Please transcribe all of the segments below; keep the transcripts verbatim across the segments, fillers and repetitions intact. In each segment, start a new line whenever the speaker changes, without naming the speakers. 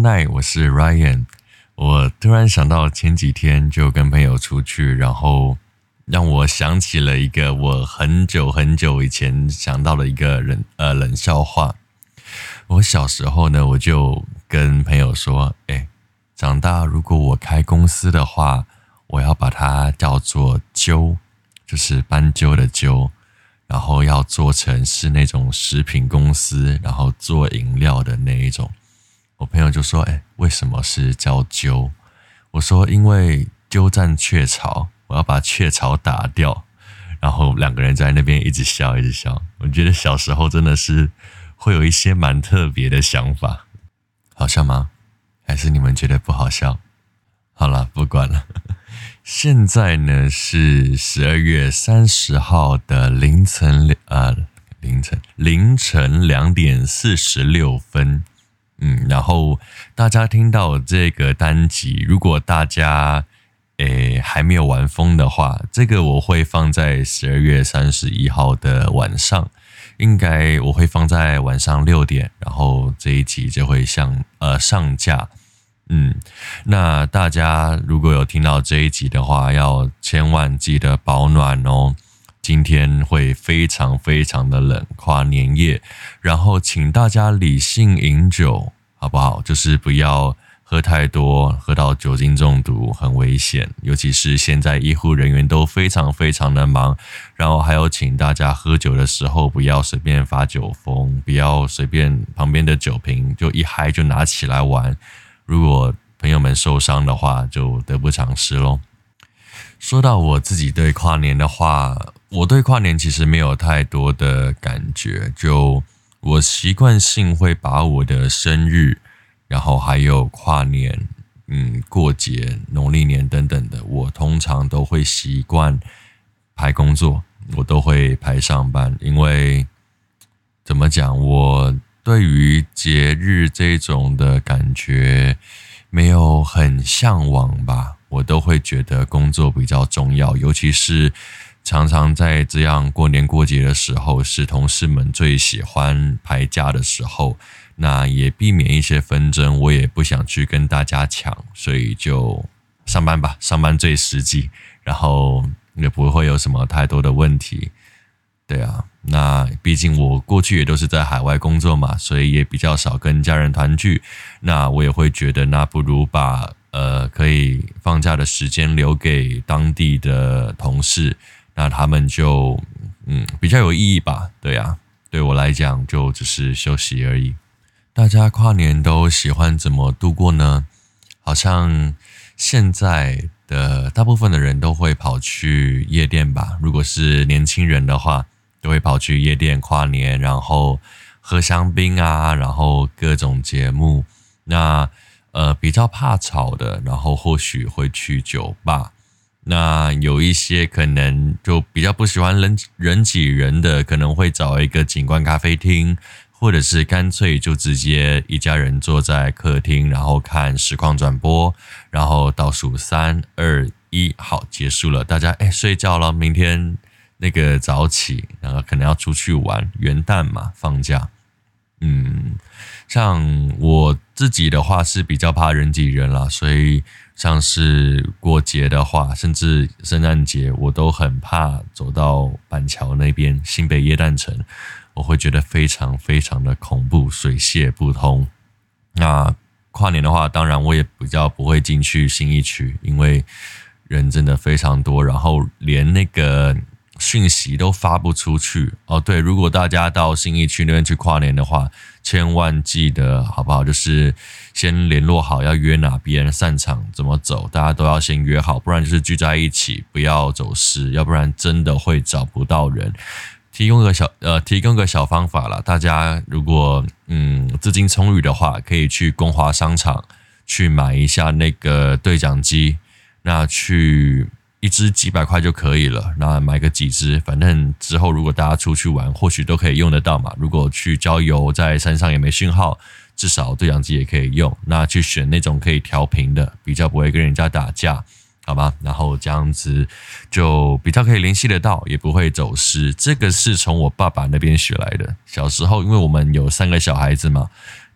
Night， 我是 Ryan。我突然想到前几天就跟朋友出去，然后让我想起了一个我很久很久以前想到的一个人呃冷笑话。我小时候呢，我就跟朋友说，哎，长大如果我开公司的话，我要把它叫做揪，就是斑鸠的揪。然后要做成是那种食品公司，然后做饮料的那一种。我朋友就说：“哎，为什么是叫鸠？”我说：“因为鸠占鹊巢，我要把鹊巢打掉。”然后两个人在那边一直笑，一直笑。我觉得小时候真的是会有一些蛮特别的想法，好笑吗？还是你们觉得不好笑？好了，不管了。现在呢是十二月三十号的凌晨呃凌晨凌晨两点四十六分，嗯，然后大家听到这个单集，如果大家诶还没有玩疯的话，这个我会放在十二月三十一号的晚上，应该我会放在晚上六点，然后这一集就会上呃上架。嗯，那大家如果有听到这一集的话，要千万记得保暖哦。今天会非常非常的冷，跨年夜，然后请大家理性饮酒，好不好？就是不要喝太多，喝到酒精中毒很危险，尤其是现在医护人员都非常非常的忙。然后还有请大家喝酒的时候不要随便发酒疯，不要随便旁边的酒瓶就一嗨就拿起来玩。如果朋友们受伤的话，就得不偿失咯。说到我自己对跨年的话，我对跨年其实没有太多的感觉，就我习惯性会把我的生日，然后还有跨年、嗯过节、农历年等等的，我通常都会习惯排工作，我都会排上班，因为怎么讲，我对于节日这种的感觉没有很向往吧，我都会觉得工作比较重要，尤其是常常在这样过年过节的时候，是同事们最喜欢排假的时候，那也避免一些纷争，我也不想去跟大家抢，所以就上班吧，上班最实际，然后也不会有什么太多的问题。对啊，那毕竟我过去也都是在海外工作嘛，所以也比较少跟家人团聚。那我也会觉得，那不如把呃可以放假的时间留给当地的同事，那他们就嗯比较有意义吧。对啊，对我来讲就只是休息而已。大家跨年都喜欢怎么度过呢？好像现在的大部分的人都会跑去夜店吧。如果是年轻人的话，都会跑去夜店跨年，然后喝香槟啊，然后各种节目。那呃比较怕吵的，然后或许会去酒吧。那有一些可能就比较不喜欢人人挤人的，可能会找一个景观咖啡厅，或者是干脆就直接一家人坐在客厅，然后看实况转播，然后倒数三二一，好，结束了，大家哎睡觉了，明天那个早起，然后可能要出去玩，元旦嘛，放假。嗯，像我自己的话是比较怕人挤人啦，所以像是过节的话，甚至圣诞节，我都很怕走到板桥那边新北耶诞城，我会觉得非常非常的恐怖，水泄不通。那跨年的话，当然我也比较不会进去信义区，因为人真的非常多，然后连那个讯息都发不出去哦。对，如果大家到信义区那边去跨年的话，千万记得好不好？就是先联络好要约哪边散场怎么走，大家都要先约好，不然就是聚在一起，不要走失，要不然真的会找不到人。提供个小呃，提供个小方法啦，大家如果嗯资金充裕的话，可以去光华商场去买一下那个对讲机，那去一支几百块就可以了，那买个几支，反正之后如果大家出去玩，或许都可以用得到嘛。如果去郊游，在山上也没讯号，至少对讲机也可以用。那去选那种可以调频的，比较不会跟人家打架。好吧，然后这样子就比较可以联系得到，也不会走失。这个是从我爸爸那边学来的。小时候，因为我们有三个小孩子嘛，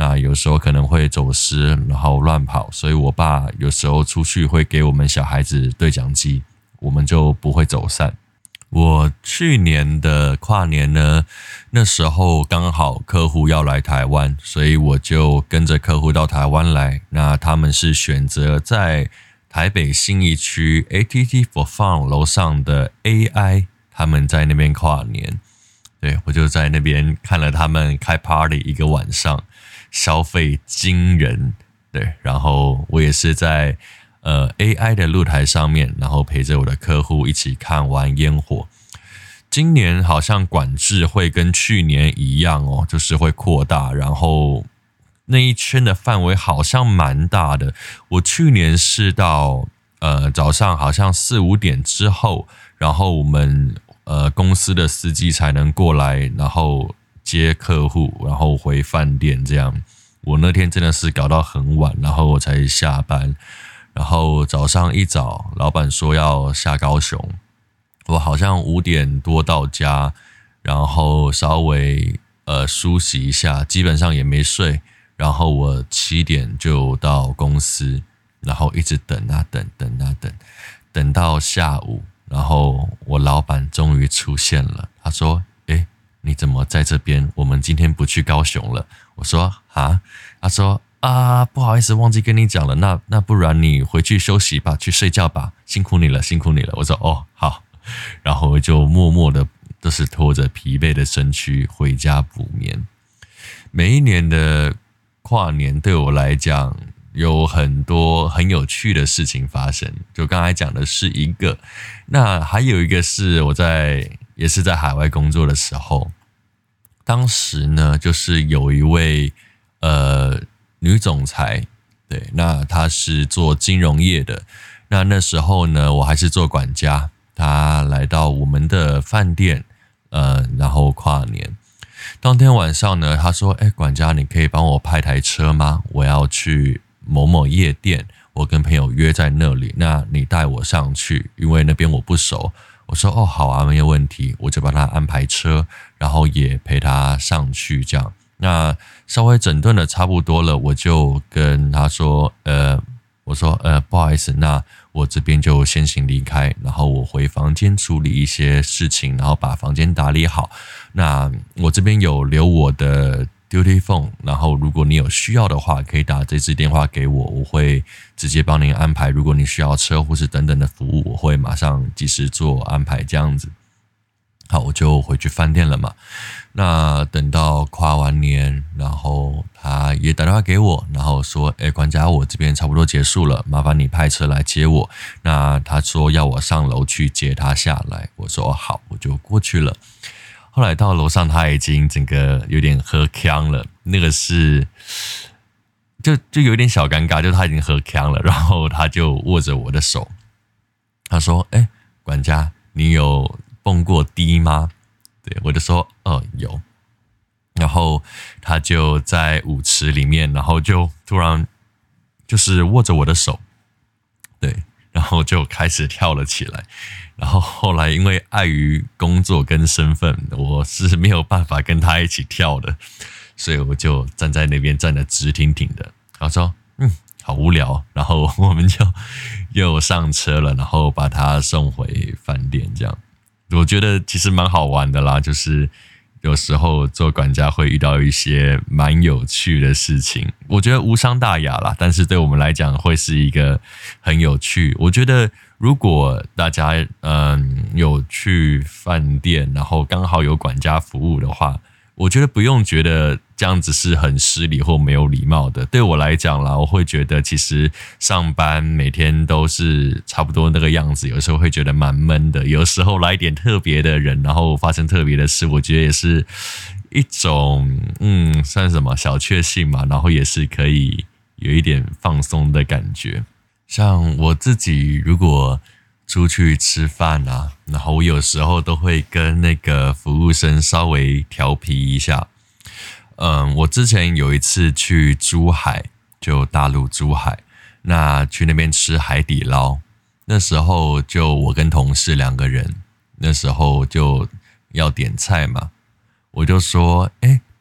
那有时候可能会走失，然后乱跑，所以我爸有时候出去会给我们小孩子对讲机，我们就不会走散。我去年的跨年呢，那时候刚好客户要来台湾，所以我就跟着客户到台湾来。那他们是选择在台北信义区 A T T for Fun 楼上的 A I， 他们在那边跨年。对，我就在那边看了他们开 party 一个晚上，消费惊人。对，然后我也是在呃 A I 的露台上面，然后陪着我的客户一起看完烟火。今年好像管制会跟去年一样哦，就是会扩大，然后那一圈的范围好像蛮大的。我去年是到呃早上好像四五点之后，然后我们呃公司的司机才能过来，然后接客户，然后回饭店这样。我那天真的是搞到很晚，然后我才下班。然后早上一早，老板说要下高雄，我好像五点多到家，然后稍微呃梳洗一下，基本上也没睡。然后我七点就到公司，然后一直等啊等，等啊等，等到下午，然后我老板终于出现了。他说：“诶，你怎么在这边？我们今天不去高雄了。”我说：“啊？”他说：“啊，不好意思，忘记跟你讲了。那那不然你回去休息吧，去睡觉吧，辛苦你了，辛苦你了。”我说：“哦，好。”然后我就默默的，都是拖着疲惫的身躯回家补眠。每一年的跨年对我来讲，有很多很有趣的事情发生。就刚才讲的是一个，那还有一个是我在也是在海外工作的时候，当时呢，就是有一位呃女总裁，对，那她是做金融业的。那那时候呢，我还是做管家，她来到我们的饭店，呃，然后跨年。当天晚上呢，她说：“哎，管家，你可以帮我派台车吗？我要去某某夜店，我跟朋友约在那里，那你带我上去，因为那边我不熟。”我说：“哦，好啊，没有问题。”我就帮他安排车，然后也陪他上去，这样。那稍微整顿的差不多了，我就跟他说：“呃，我说呃，不好意思，那我这边就先行离开，然后我回房间处理一些事情，然后把房间打理好。那我这边有留我的duty phone， 然后如果你有需要的话，可以打这支电话给我，我会直接帮您安排。如果你需要车或是等等的服务，我会马上及时做安排，这样子。”好，我就回去饭店了嘛。那等到跨完年，然后他也打电话给我，然后说：“哎，管家，我这边差不多结束了，麻烦你派车来接我。”那他说要我上楼去接他下来，我说：“哦，好，我就过去了。”后来到楼上，他已经整个有点喝呛了，那个是就就有点小尴尬，就他已经喝呛了，然后他就握着我的手，他说：“哎，管家，你有蹦过迪吗？”对，我就说：“哦，有。”然后他就在舞池里面，然后就突然就是握着我的手，对，然后就开始跳了起来。然后后来因为碍于工作跟身份，我是没有办法跟他一起跳的，所以我就站在那边站得直挺挺的。他说：“嗯，好无聊。”然后我们就又上车了，然后把他送回饭店。这样，我觉得其实蛮好玩的啦，就是有时候做管家会遇到一些蛮有趣的事情，我觉得无伤大雅啦，但是对我们来讲会是一个很有趣。我觉得如果大家嗯有去饭店，然后刚好有管家服务的话，我觉得不用觉得这样子是很失礼或没有礼貌的。对我来讲啦，我会觉得其实上班每天都是差不多那个样子，有时候会觉得蛮闷的。有时候来点特别的人，然后发生特别的事，我觉得也是一种嗯，算什么小确幸嘛，然后也是可以有一点放松的感觉。像我自己如果出去吃饭啊，然后我有时候都会跟那个服务生稍微调皮一下。嗯，我之前有一次去珠海，就大陆珠海，那去那边吃海底捞，那时候就我跟同事两个人，那时候就要点菜嘛，我就说：“哎，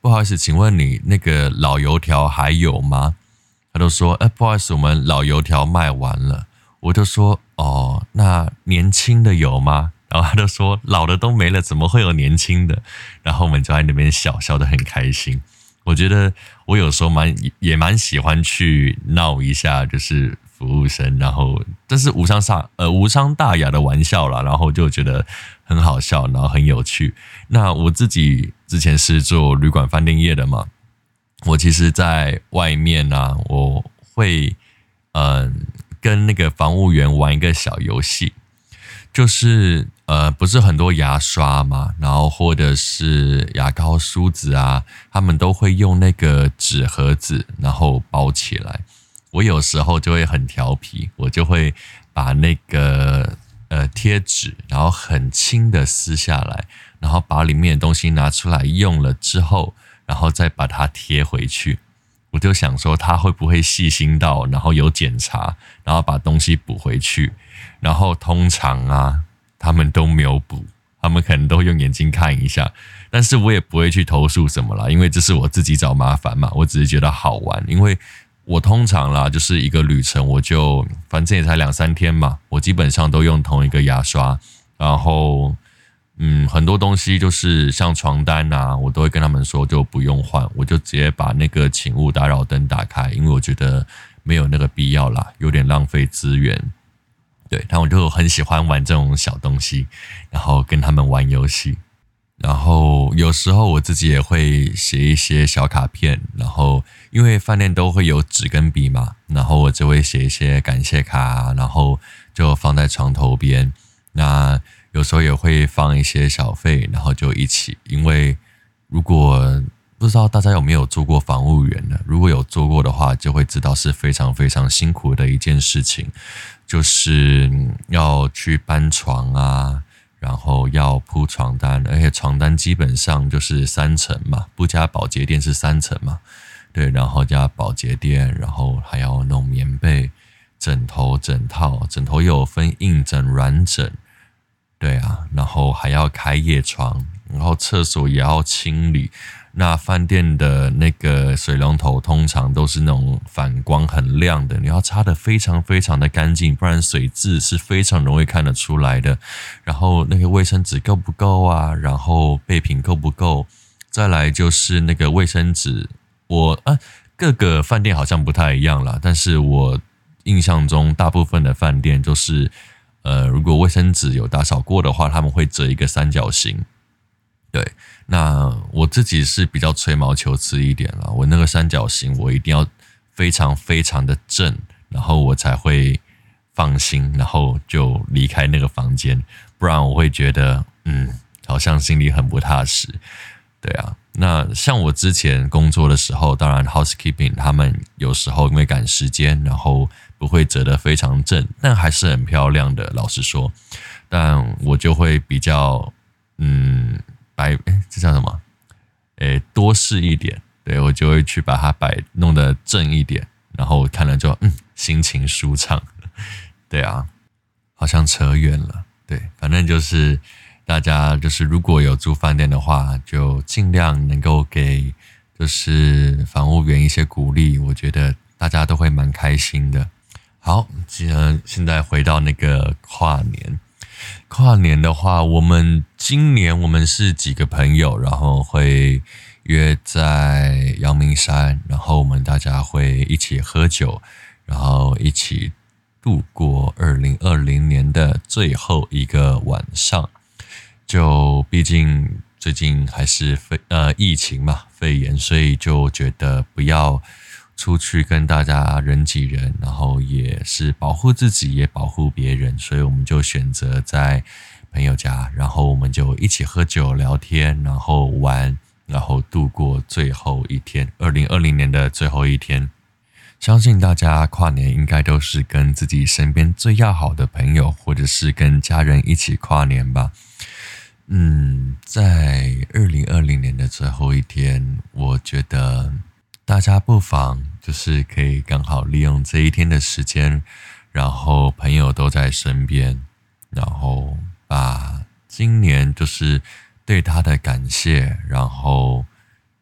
不好意思，请问你那个老油条还有吗？他就说，哎，不好意思，我们老油条卖完了。我就说，哦，那年轻的有吗？然后他就说，老的都没了，怎么会有年轻的？然后我们就在那边笑，笑得很开心。我觉得我有时候蛮也蛮喜欢去闹一下，就是服务生，然后这是无伤大呃无伤大雅的玩笑啦，然后就觉得很好笑，然后很有趣。那我自己之前是做旅馆饭店业的嘛，我其实在外面啊，我会嗯、呃、跟那个房务员玩一个小游戏。就是呃，不是很多牙刷嘛，然后或者是牙膏、梳子啊，他们都会用那个纸盒子，然后包起来。我有时候就会很调皮，我就会把那个呃贴纸，然后很轻的撕下来，然后把里面的东西拿出来用了之后，然后再把它贴回去。我就想说他会不会细心到，然后有检查，然后把东西补回去。然后通常啊，他们都没有补，他们可能都用眼睛看一下，但是我也不会去投诉什么啦，因为这是我自己找麻烦嘛，我只是觉得好玩，因为我通常啦就是一个旅程，我就反正也才两三天嘛，我基本上都用同一个牙刷，然后嗯，很多东西就是像床单啊，我都会跟他们说就不用换，我就直接把那个请勿打扰灯打开，因为我觉得没有那个必要啦，有点浪费资源。对，但我就很喜欢玩这种小东西，然后跟他们玩游戏。然后有时候我自己也会写一些小卡片，然后因为饭店都会有纸跟笔嘛，然后我就会写一些感谢卡，然后就放在床头边。那有时候也会放一些小费，然后就一起。因为如果不知道大家有没有做过房务员呢？如果有做过的话，就会知道是非常非常辛苦的一件事情，就是要去搬床啊，然后要铺床单，而且床单基本上就是三层嘛，不加保洁垫是三层嘛，对，然后加保洁垫，然后还要弄棉被、枕头、枕套，枕头又有分硬枕、软枕，对啊，然后还要开夜床，然后厕所也要清理。那饭店的那个水龙头通常都是那种反光很亮的，你要擦得非常非常的干净，不然水渍是非常容易看得出来的。然后那个卫生纸够不够啊？然后备品够不够？再来就是那个卫生纸，我啊各个饭店好像不太一样啦，但是我印象中大部分的饭店就是呃，如果卫生纸有打扫过的话，他们会折一个三角形。对，那我自己是比较吹毛求疵一点啦，我那个三角形我一定要非常非常的正，然后我才会放心，然后就离开那个房间，不然我会觉得嗯，好像心里很不踏实。对啊，那像我之前工作的时候，当然 housekeeping 他们有时候因为赶时间，然后不会折得非常正，但还是很漂亮的，老实说。但我就会比较嗯摆，这叫什么？诶，多试一点，对，我就会去把它摆弄得正一点，然后看了就嗯心情舒畅。对啊，好像扯远了。对，反正就是大家就是如果有住饭店的话，就尽量能够给就是房务员一些鼓励，我觉得大家都会蛮开心的。好，既然现在回到那个跨年。跨年的话，我们今年我们是几个朋友，然后会约在阳明山，然后我们大家会一起喝酒，然后一起度过二零二零年的最后一个晚上。就毕竟最近还是肺呃疫情嘛，肺炎，所以就觉得不要出去跟大家人挤人，然后也是保护自己也保护别人，所以我们就选择在朋友家，然后我们就一起喝酒聊天，然后玩，然后度过最后一天，二零二零年的最后一天。相信大家跨年应该都是跟自己身边最要好的朋友，或者是跟家人一起跨年吧。嗯，在二零二零年的最后一天，我觉得大家不妨就是可以刚好利用这一天的时间，然后朋友都在身边，然后把今年就是对他的感谢，然后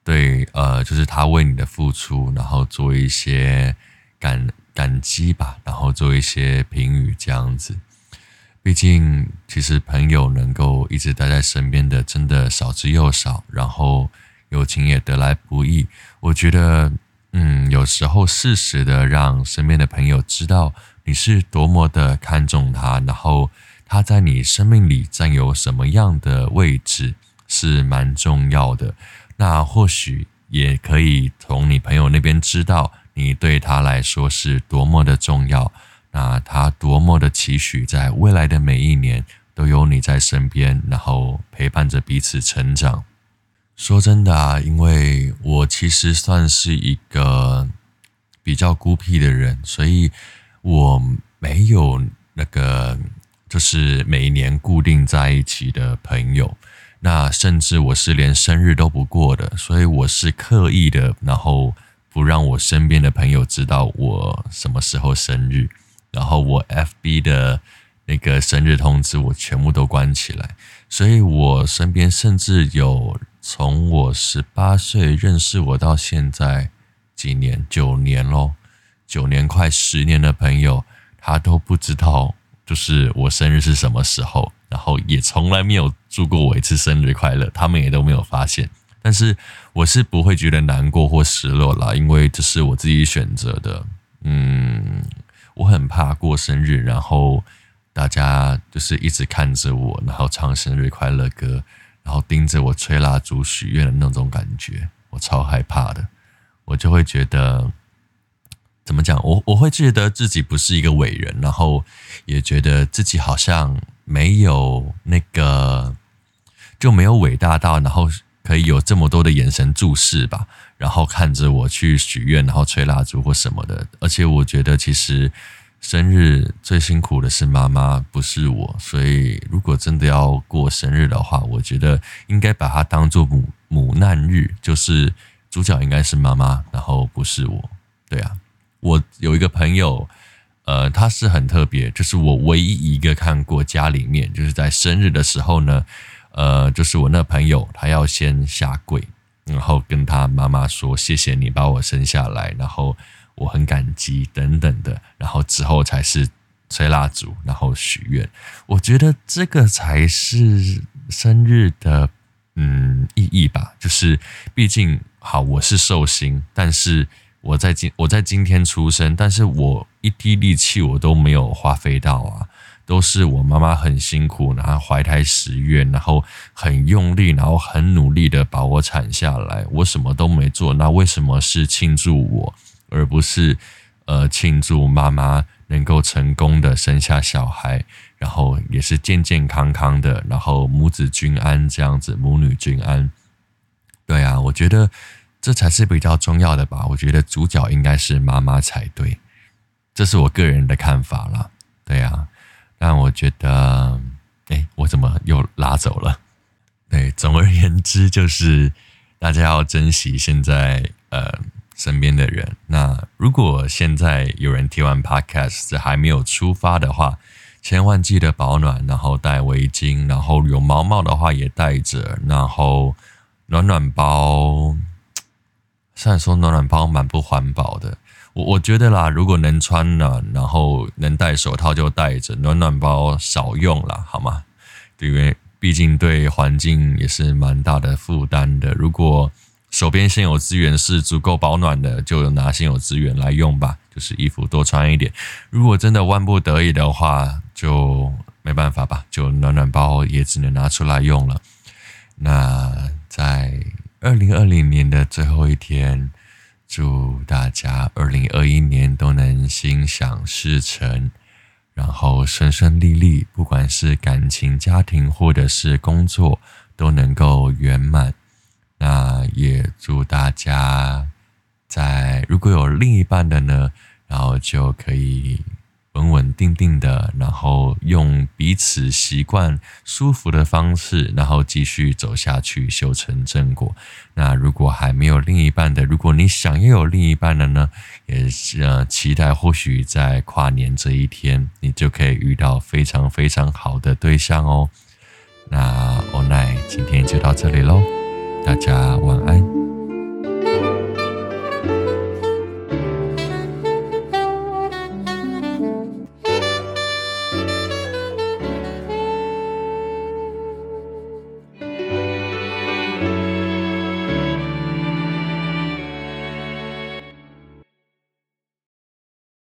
对，呃，就是他为你的付出，然后做一些感感激吧，然后做一些评语这样子。毕竟，其实朋友能够一直待在身边的，真的少之又少。然后，友情也得来不易。我觉得，嗯，有时候适时的让身边的朋友知道你是多么的看重他，然后他在你生命里占有什么样的位置，是蛮重要的。那或许也可以从你朋友那边知道，你对他来说是多么的重要。那他多么的期许在未来的每一年都有你在身边，然后陪伴着彼此成长。说真的啊，因为我其实算是一个比较孤僻的人，所以我没有那个就是每一年固定在一起的朋友，那甚至我是连生日都不过的，所以我是刻意的，然后不让我身边的朋友知道我什么时候生日。然后我 F B 的那个生日通知我全部都关起来，所以我身边甚至有从我十八岁认识我到现在几年，九年咯，九年快十年的朋友，他都不知道就是我生日是什么时候，然后也从来没有祝过我一次生日快乐，他们也都没有发现。但是我是不会觉得难过或失落啦，因为这是我自己选择的。嗯。我很怕过生日，然后大家就是一直看着我，然后唱生日快乐歌，然后盯着我吹蜡烛许愿的那种感觉，我超害怕的。我就会觉得，怎么讲？我我会觉得自己不是一个伟人，然后也觉得自己好像没有那个，就没有伟大到，然后可以有这么多的眼神注视吧。然后看着我去许愿，然后吹蜡烛或什么的。而且我觉得其实生日最辛苦的是妈妈，不是我。所以如果真的要过生日的话，我觉得应该把它当作母母难日，就是主角应该是妈妈，然后不是我。对啊，我有一个朋友，呃，他是很特别，就是我唯一一个看过家里面就是在生日的时候呢，呃，就是我那朋友他要先下跪。然后跟他妈妈说谢谢你把我生下来，然后我很感激等等的，然后之后才是吹蜡烛，然后许愿。我觉得这个才是生日的嗯意义吧，就是毕竟好我是寿星，但是我在今我在今天出生，但是我一滴力气我都没有花费到啊。都是我妈妈很辛苦，然后怀胎十月，然后很用力，然后很努力的把我产下来。我什么都没做，那为什么是庆祝我，而不是呃庆祝妈妈能够成功的生下小孩，然后也是健健康康的，然后母子均安这样子，母女均安。对啊，我觉得这才是比较重要的吧。我觉得主角应该是妈妈才对，这是我个人的看法啦。对啊。但我觉得，哎，我怎么又拉走了？对，总而言之，就是大家要珍惜现在呃身边的人。那如果现在有人听完 podcast 还没有出发的话，千万记得保暖，然后戴围巾，然后有毛毛的话也戴着，然后暖暖包。虽然说暖暖包蛮不环保的。我我觉得啦，如果能穿呢，然后能戴手套就戴着，暖暖包少用啦，好吗？因为毕竟对环境也是蛮大的负担的。如果手边现有资源是足够保暖的，就拿现有资源来用吧，就是衣服多穿一点。如果真的万不得已的话，就没办法吧，就暖暖包也只能拿出来用了。那在二零二零年的最后一天，祝大家二零二一年都能心想事成，然后顺顺利利，不管是感情、家庭或者是工作，都能够圆满。那也祝大家在如果有另一半的呢，然后就可以稳稳定定的，然后用彼此习惯舒服的方式，然后继续走下去，修成正果。那如果还没有另一半的，如果你想要有另一半的呢，也是、呃、期待或许在跨年这一天，你就可以遇到非常非常好的对象哦。那欧奈今天就到这里咯，大家晚安。